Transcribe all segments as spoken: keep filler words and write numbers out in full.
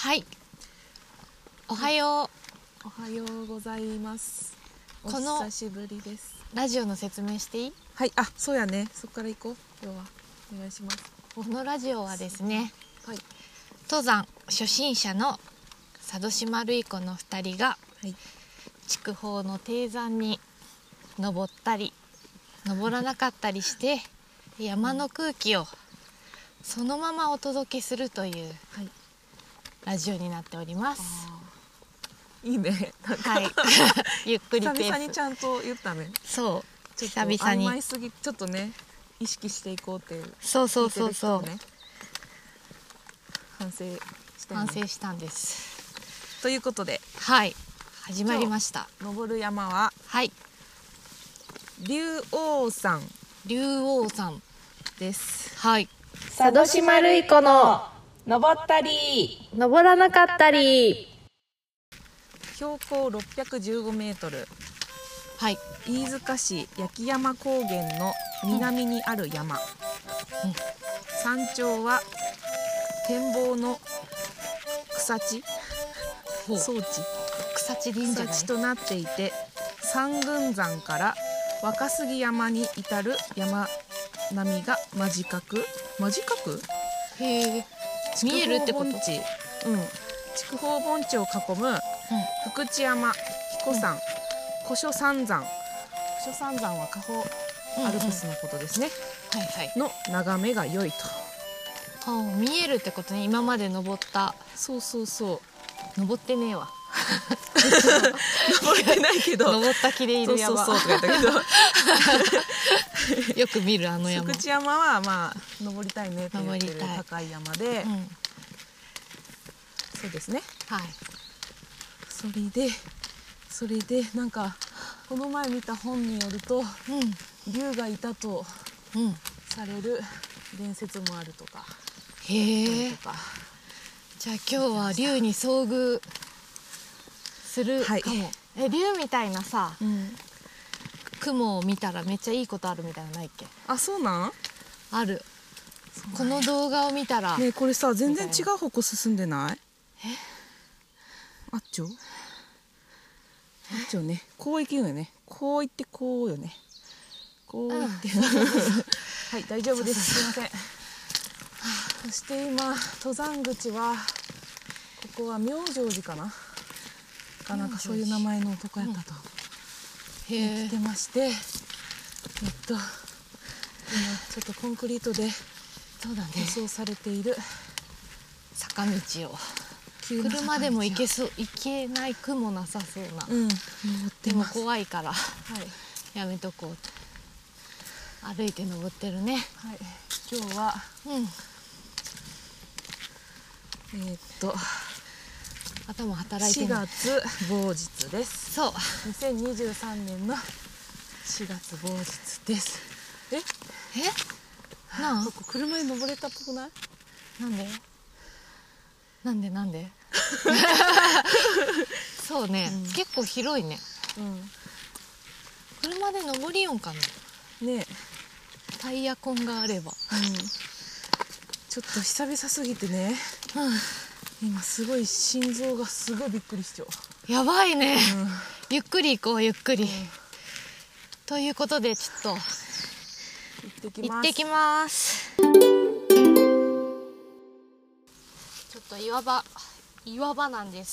はい、おはよう。おはようございます。おこの久しぶりです。 ラジオの説明していい？ はい、あ、そうやね。そこから行こう。今日はお願いします。 このラジオはですね、 はい、 登山初心者の佐渡島るい子のふたりが、 はい、 筑豊の低山に登ったり登らなかったりして山の空気をそのままお届けするという、 はい、 ラジオになっております。 いいね。なんか、 はい、ゆっくりペース。 久々にちゃんと言ったね。 そう、 ちょっと久々に曖昧すぎ、ちょっとね、意識していこうっていう。 そうそうそうそう、 ね、反省したよね。 反省したんです。 ということで、 はい、始まりました。 登る山は、 はい、 竜王山竜王山です。 はい、 佐渡島るい子の登ったり登らなかったり。 標高ろっぴゃくじゅうごメートル、 はい、 飯塚市焼山高原の南にある山、 うん、 山頂は展望の草地装置草地でいいんじゃない？ 草地となっていて、三群山から若杉山に至る山並みが間近く間近くへえ、見えるってこと？ 筑豊盆地、うん、筑豊盆地を囲む福知山、彦山、 うん、 古所三山、古所三山は下方アルプスのことですね、 うんうん、はいはい、 の眺めが良いと。 あ、見えるってことね。今まで登った。 そうそうそう登ってねえわ登ってないけど登った気でいる山。 そうそうそうとか言ったけどよく見るあの山。 福知山はまあ登りたいねって言ってる高い山で、 うん、 そうですね。 はい。 それでそれでなんかこの前見た本によると、 うん、 竜がいたとうん、 される伝説もあるとか。 へえ。 とかじゃあ今日は竜に遭遇するかも、はい、え、竜みたいなさ、うん、雲を見たらめっちゃいいことあるみたいなのないっけ？ あ、そうなん？ ある。この動画を見たらねえ、これさ全然違う方向進んでない？ え？ あっちょ？あっちょね。こう行くよね。こう行ってこうよね。こう行って、うん、はい、大丈夫です。すいません。そして今登山口はここは妙成寺かなかなんかそういう名前の男やったと、うん、へえ、来てまして、えっと今ちょっとコンクリートでそうだね、 舗装されている坂道を車でも行けそう、行けないくもなさそうな、うん、でも怖いから、はい、やめとこうと歩いて登ってるね。 はい、今日は、うん、えー、っと頭働いてる。 しがつ某日です。 そう、 にせんにじゅうさんねんのしがつ某日です。ええ、なあ、 ここ車に登れたっぽくない？ なんでなんでなんでそうね、うん、結構広いね、うん、車で登りよんかなね。タイヤ痕があれば、うん、 ちょっと久々すぎてね、うん、今すごい心臓がすごいびっくりしちゃう。 やばいね、うん、ゆっくり行こうゆっくり、うん、ということでちょっと行ってきます。 行ってきます。ちょっと岩場岩場なんです。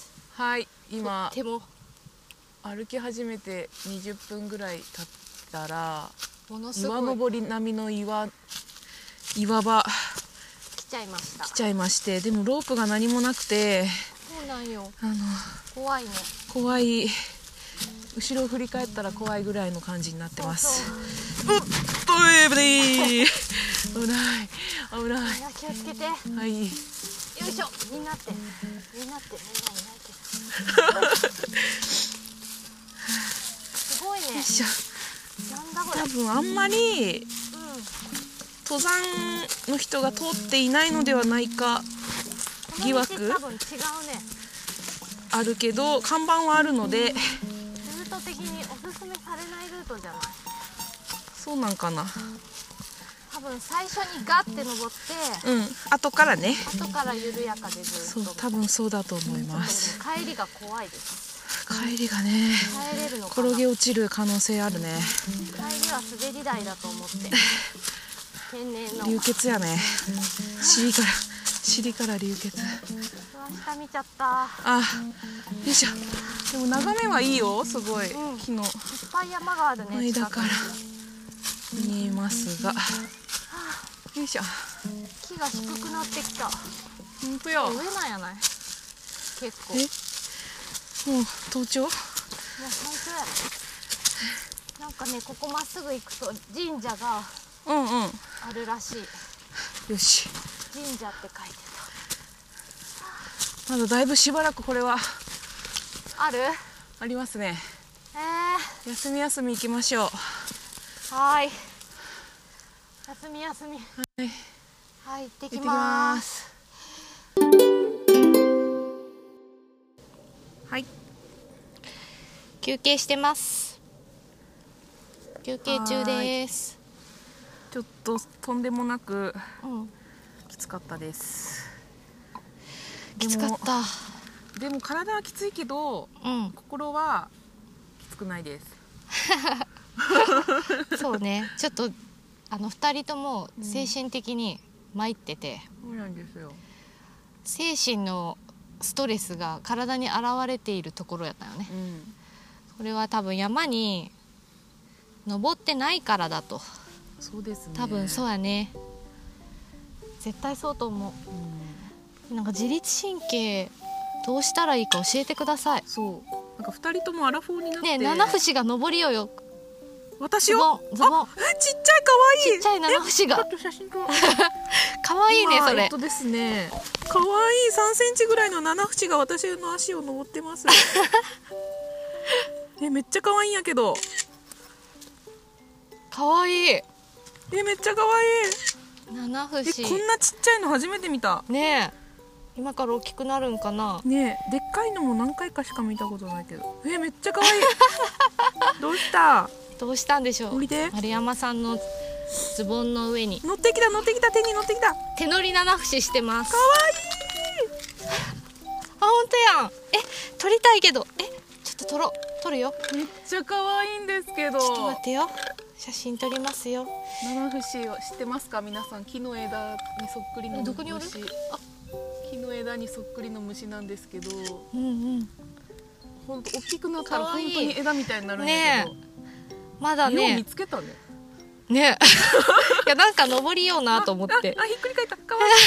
はい、今とっても歩き始めてにじゅっぷんぐらい経ったらものすごい岩登り並みの岩岩場来ちゃいました来ちゃいまして、でもロープが何もなくて、 そうなんよ、 あの怖いね、 怖い、うん、後ろを振り返ったら怖いぐらいの感じになってます。うっ、おい、危ない危ない危ない、 みんな気をつけて。 はい、よいしょ、みんなってみんなってみんないないけどすごいね。よいしょ。なんだこれ。 多分あんまり、うん、登山の人が通っていないのではないか疑惑多分違うね。 あるけど看板はあるので、 ルート的におすすめされないルートじゃない？ そうなんかな。 多分分最初にガッて登ってうん後からね後から緩やかでずっとそう多分そうだと思います。 帰りが怖いです。 帰りがね帰れるのかな。 転げ落ちる可能性あるね。 帰りは滑り台だと思って天然の流血やね。尻から尻から流血。 うわ下見ちゃった。 あよいしょ。でも眺めはいいよすごい、 うん、 木のいっぱい山があるね間から見えますが、よいしょ。 木が低くなってきた。 本当や。 上なんやない。結構えもう登頂。 もう本当や。なんかねここまっすぐ行くと神社がうんうんあるらしい。 よし神社って書いてまだだいぶしばらくこれはた。あるありますね。 えー、 休み休み行きましょう。 はい。休み休み。 はい。 はい、行ってきます。 はい。 休憩してます。休憩中です。 ちょっととんでもなくうん、 きつかったです。 きつかった。 でも体はきついけど、 うん、 心はきつくないです。 そうね。ちょっとあのふたりとも精神的に参ってて、 うん、そうなんですよ。 精神のストレスが体に現れているところやったよね。うん、それは多分山に登ってないからだと。 そうですね。 多分そうやね。絶対そうと思う。うん、なんか自律神経どうしたらいいか教えてください。 そうなんかふたりともアラフォーになってね、七節が登りよよ。 私をズボンズボンあちっちゃい可愛いちっちゃい七節がちょっと写真撮ろう可愛いねそれ。 えっとですね可愛いさんセンチぐらいの七節が私の足を登ってますえめっちゃ可愛いんやけど。 可愛い。 えめっちゃ可愛い。 七節えこんなちっちゃいの初めて見たねえ。今から大きくなるんかな。 ねえでっかいのも何回かしか見たことないけどえめっちゃ可愛いどうしたどうしたんでしょう。 降りて丸山さんのズボンの上に乗ってきた乗ってきた手に乗ってきた手乗り七節してます。 可愛いあ本当やん。え撮りたいけどえちょっと撮ろう撮るよ。 めっちゃ可愛いんですけど。 ちょっと待ってよ写真撮りますよ。 七節を知ってますか皆さん。木の枝にそっくりの虫。 どこにおる？あ木の枝にそっくりの虫なんですけど、 うんうん、 ほんと大きくなったら本当に枝みたいになるんやけど、 ね、まだねよう見つけたね。 ねいやなんか登りようなと思って。 あ、あ、あひっくり返った。かわいい。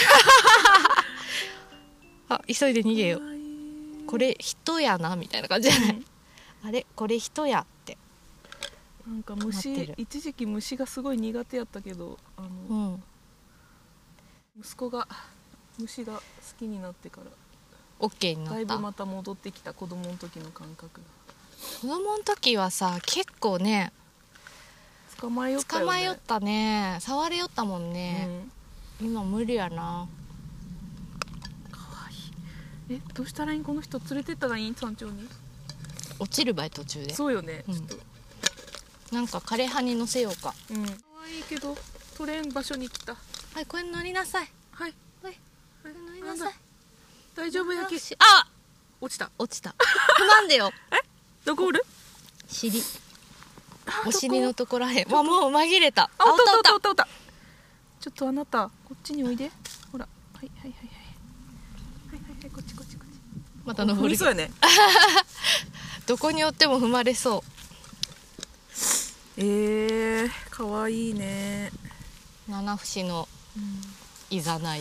あ急いで逃げよう。これ人やなみたいな感じじゃない、うん、あれこれ人やって。 なんか虫一時期虫がすごい苦手やったけどあの、うん、息子が虫が好きになってからオッケーになった。 だいぶまた戻ってきた子供の時の感覚が。 子供の時はさ結構ね捕まえよったよね。 捕まえよったね。触れよったもんね、うん、今無理やな。 かわいい。えどうしたらいいんこの人連れてったらいいん山頂に。 落ちるばい途中で。 そうよね、 うん、 ちょっとなんか枯葉に乗せようか。 うんかわいいけど取れん場所に来た。 はいこれ乗りなさい。 はいはいこれ乗りなさい。 大丈夫やき。 あ落ちた落ちた。不満でよえどこおる尻お尻のとこらへん。わもう紛れた。 あおったおったおったおった。ちょっとあなたこっちにおいで。ほらはいはいはいはいはいはいはいこっちこっちこっち。 また登りそうやねどこに寄っても踏まれそう。 えー、かわいいね。 七節のいざない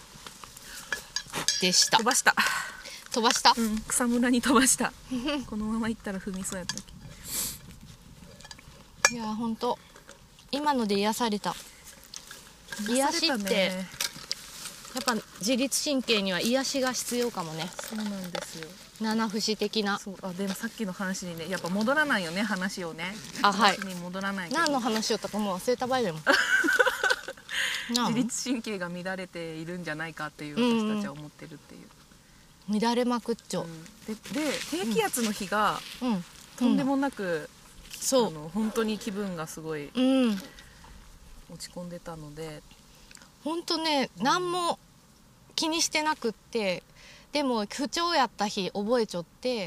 でした。 飛ばした飛ばした、 うん、草むらに飛ばしたこのまま行ったら踏みそうやったっけ。いやほんと今ので癒された。癒しってやっぱ自律神経には癒しが必要かもね。 そうなんですよ。 七節的な。 そうあでもさっきの話にねやっぱ戻らないよね話をね。 あはい話に戻らないけど。 何の話をったかもう忘れた場合でも自律神経が乱れているんじゃないかっていう私たちは思ってるっていう、 うんうん、乱れまくっちょ、うん、 で, で低気圧の日が、うん、とんでもなく、うん、 そうあの本当に気分がすごい、 うん、 落ち込んでたので、 ほんとね、何も気にしてなくって、でも不調やった日覚えちゃって、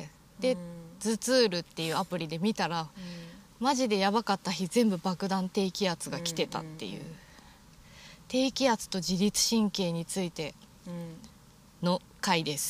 で、 うん、 頭痛るっていうアプリで見たら、うん、マジでやばかった日全部爆弾低気圧が来てたっていう、うんうんうん、低気圧と自律神経についての回です、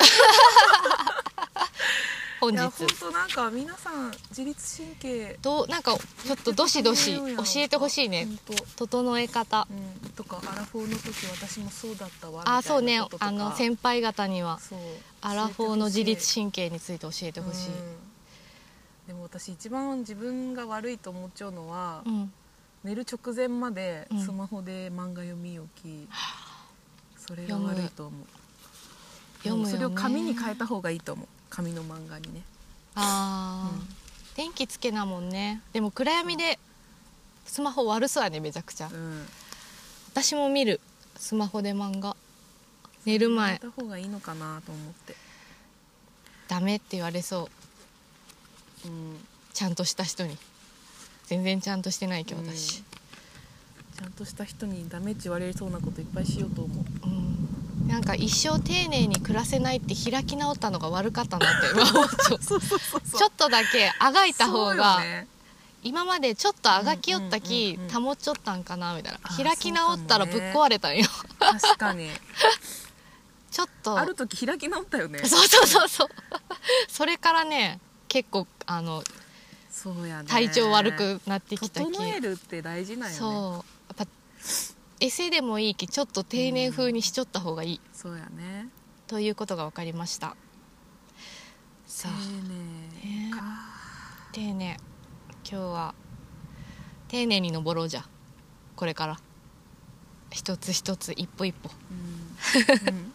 うん、本日。いや本当なんか皆さん自律神経どうなんかちょっとどしどし教えてほしいね。整え方、 うん、とかアラフォーの時私もそうだったわみたいなこととか。 あ、そうね、あの先輩方にはアラフォーの自律神経について教えてほしい、うん、 でも私一番自分が悪いと思っちゃうのは、 うん、 寝る直前までスマホで漫画読み置き、うん、それが悪いと思う。読むよね。それを紙に変えた方がいいと思う。紙の漫画にね。 ああ、うん、電気つけなもんね。でも暗闇でスマホ悪そうやね、めちゃくちゃ、うん、私も見るスマホで漫画寝る前。 やった方がいいのかなと思って。 ダメって言われそう、うん、ちゃんとした人に。全然ちゃんとしてないけど私、うん、 ちゃんとした人にダメって言われそうなこといっぱいしようと思う、 うん、なんか一生丁寧に暮らせないって開き直ったのが悪かったなって今思っちゃう。ちょっとだけあがいた方が、ね、今までちょっとあがきよったき、うんうんうんうん、保っちょったんかなみたいな。開き直ったらぶっ壊れたんよ。 確かにちょっとある時開き直ったよね。 そうそうそうそうそれからね結構あのそうやね、 体調悪くなってきたき。 整えるって大事なんよね。 そうやっぱエセでもいいきちょっと丁寧風にしちょった方がいい、うん、 そうやねということが分かりました。 丁寧か、 丁寧。今日は丁寧に登ろうじゃ。これから一つ一つ一歩一歩、うんうん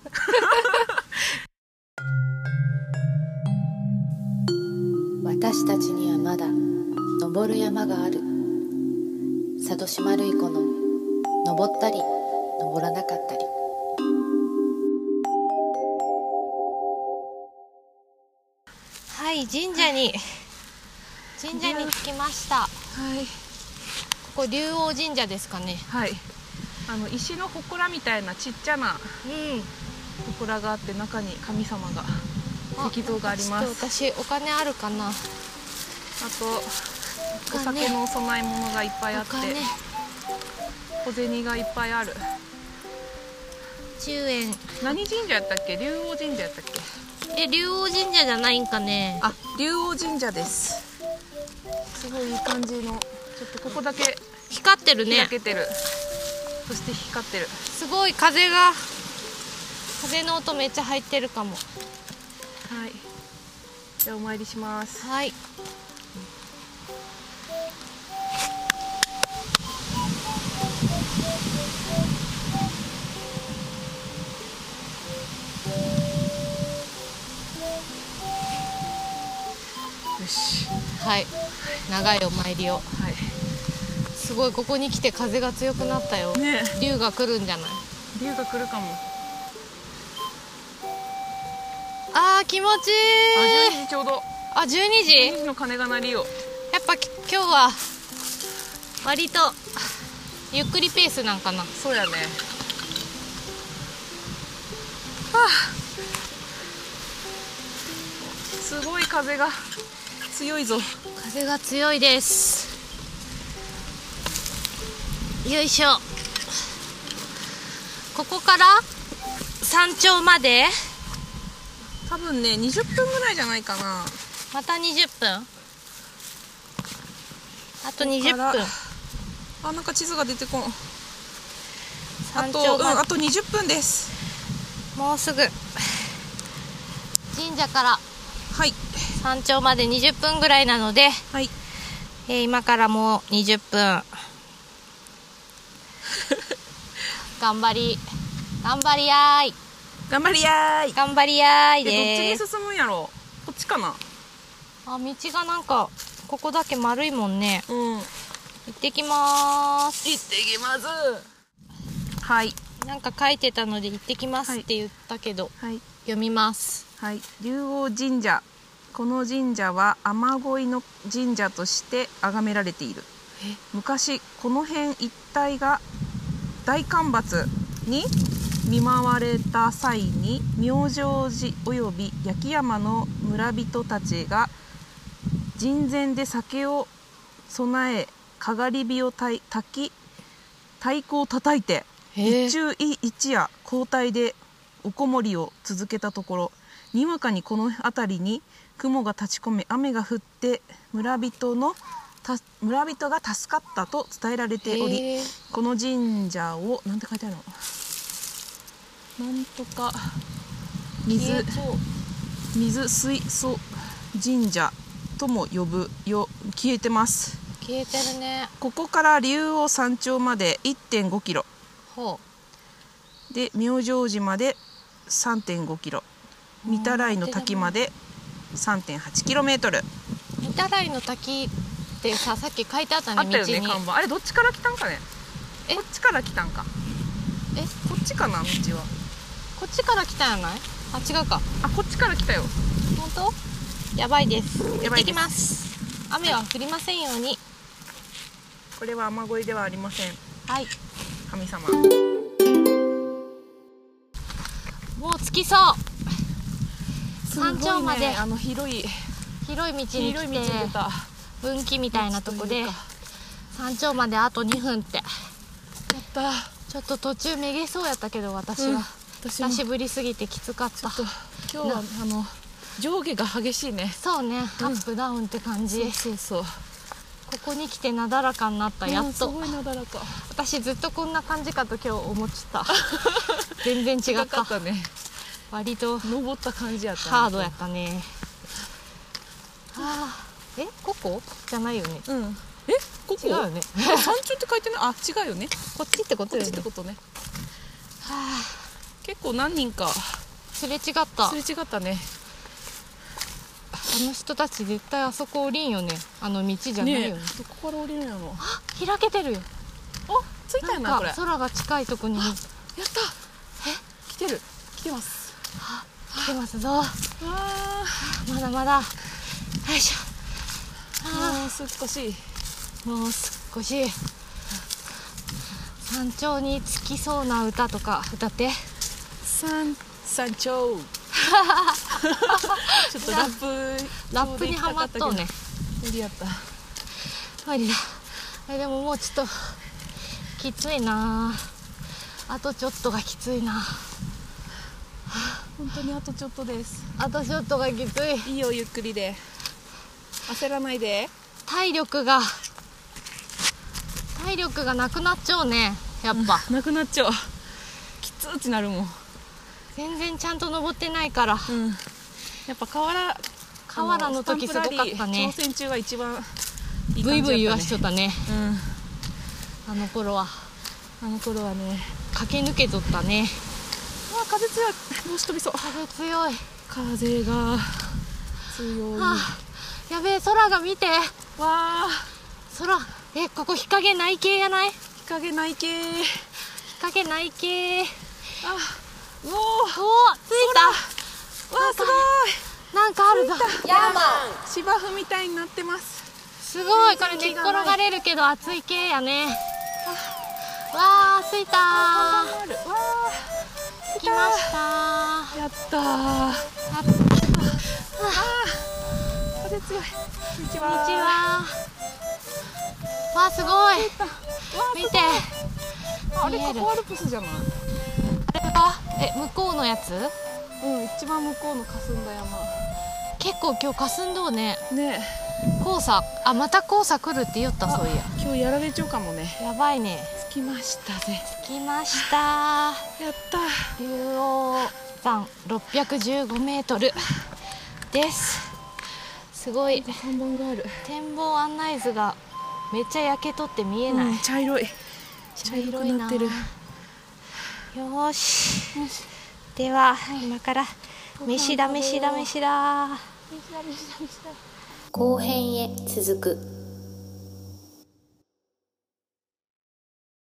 私たちにはまだ登る山がある。佐渡島瑠衣子の登ったり登らなかったり。 はい、神社に神社に着きました。はい、ここ龍王神社ですかね。 はい、あの石の祠みたいなちっちゃな祠があって、中に神様が石像があります。 私お金あるかな。あとお酒のお供え物がいっぱいあって、小銭がいっぱいある。 じゅうえん。 何神社やったっけ？龍王神社やったっけ？え、龍王神社じゃないんかね。 あ、龍王神社です。すごいいい感じの、ちょっとここだけ光ってるね。 開けてる。そして光ってる。 すごい風が風の音めっちゃ入ってるかも。はい、 じゃあお参りします。 はい。 よし。 はい。長いお参りを。はい。すごいここに来て風が強くなったよ。ね。龍が来るんじゃない？ 龍が来るかも。 あー気持ちいい。 あ、じゅうにじちょうど。 あ、じゅうにじ？ じゅうにじの鐘が鳴りよ。 やっぱ今日は割とゆっくりペースなんかな。 そうやね。はあ、すごい風が強いぞ。 風が強いです。よいしょ。ここから山頂まで多分ねにじゅっぷんぐらいじゃないかな。 またにじゅっぷん。あとにじゅっぷん。 あ、なんか地図が出てこん。あと、うん、あとにじゅっぷんです。 もうすぐ神社から山頂までにじゅっぷんぐらいなので、はい、えー、今からもうにじゅっぷん頑張り頑張りやーい頑張りやーい頑張りやーいでー。どっちに進むんやろ。こっちかな。 あ、道がなんかここだけ丸いもんね。うん。行ってきまーす。 行ってきます。はい。 なんか書いてたので行ってきますって言ったけど、はい、読みます。 はい。龍王神社。この神社は雨乞いの神社として崇められている。 昔この辺一帯が大干ばつに見舞われた際に妙正寺および焼き山の村人たちが神前で酒を備え、かがり火をたい炊き太鼓を叩いて一昼一夜交代でおこもりを続けたところ、にわかにこの辺りに雲が立ち込め雨が降って村人のた村人が助かったと伝えられており、この神社をなんて書いてあるの、なんとか水水水素神社とも呼ぶよ。消えてます。 消えてるね。 ここから竜王山頂まで いってんごキロほうで、妙正寺まで さんてんごキロ、御手洗の滝まで さんてんはちキロメートル。 御手洗の滝ってさ、さっき書いてあったね、 あったよね、 道に。 看板。あれどっちから来たんかね。 えこっちから来たんか。 えこっちかな、道は。 こっちから来たんやない？あ、違うか。 あ、こっちから来たよ。 本当？やばいです。 やばいです。 行ってきます。雨は降りませんように。 これは雨乞いではありません。 はい。 神様。 もう着きそう。山頂まで、 ね、あの広い広い道に来て、 広い道に出た分岐みたいなとこで山頂まであとにふんって。 やった。 ちょっと途中めげそうやったけど、私は、 うん、私も久しぶりすぎてきつかった。 ちょっと今日はあの上下が激しいね。 そうね、アップダウンって感じ。 そうそうそう。 ここに来てなだらかになった、やっと。 すごいなだらか。 私ずっとこんな感じかと今日思っちゃった。全然違った。 違かったね。 割と登った感じやった、ね、 ハードやったね。はあ、え、ここじゃないよね。 うん。え、ここ違うよね。 山頂って書いてない。あ、違うよね。 こっちってことこっちよね。 ってことね。 はあ、 結構何人かすれ違った。 すれ違ったね。 あの人たち絶対あそこ降りんよね。あの道じゃないよね。 ねえ、どこから降りるんやろ。 あ、開けてるよ。 あ、着いたよな、これ。 なんか空が近いとこに。 やった。え、来てる。来てます。 あ、来てますぞ。 わまだまだ。よいしょ。 あ、もう少し。 もう少し。山頂に着きそうな歌とか歌って。 山山頂。ちょっとラップラップにはまっとうね。 無理やった。 無理だ。え、でももうちょっときついな。あとちょっとがきついな。 本当にあとちょっとです。 あとちょっとがきつい。 いいよ、ゆっくりで。焦らないで。 体力が体力がなくなっちゃうね。やっぱ、 うん、なくなっちゃう。きつーってなるもん。 全然ちゃんと登ってないから。 うん、やっぱ河原河原の時すごかったね。 挑戦中が一番いい感じだったね。 ブイブイ言わしちゃったね。 うん、 あの頃はあの頃はね、 駆け抜けとったね。 わあ、風強い。帽子飛びそう。 風強い。 風が強い。 はあ、やべえ、空が見て。 わあ、 空、え、ここ日陰ない系やない？ 日陰ない系。 日陰ない系。 あ、うおー、 おお、着いた。 わあ、すごい。 なんかあるぞ。 ヤーマン。 芝生みたいになってます。 すごい、これ寝っ転がれるけど暑い系やね。わあ、着いたー。 わあ、 着きましたー。 やったー。ああ、 風強い。こんにちこんにちは。 は。わあ、すごい。見て。 あれ、 見えるカコアルプスじゃない。 あれは、え、向こうのやつ？ うん、一番向こうの霞んだ山。 結構今日霞んどうね。 ね黄砂、あ、また黄砂来るって言った、そういや。 え、今日やられちゃうかもね。 やばいね。 着きましたぜ。 着きましたー。 やった竜王山ろっぴゃくじゅうごメートルです。すごい。 看板がある。 展望案内図がめっちゃ焼けとって見えない。 うん、茶色い。 茶色いな。 茶色くなってる。 よーし。では、今から飯だ飯だ飯だ。 後編へ続く。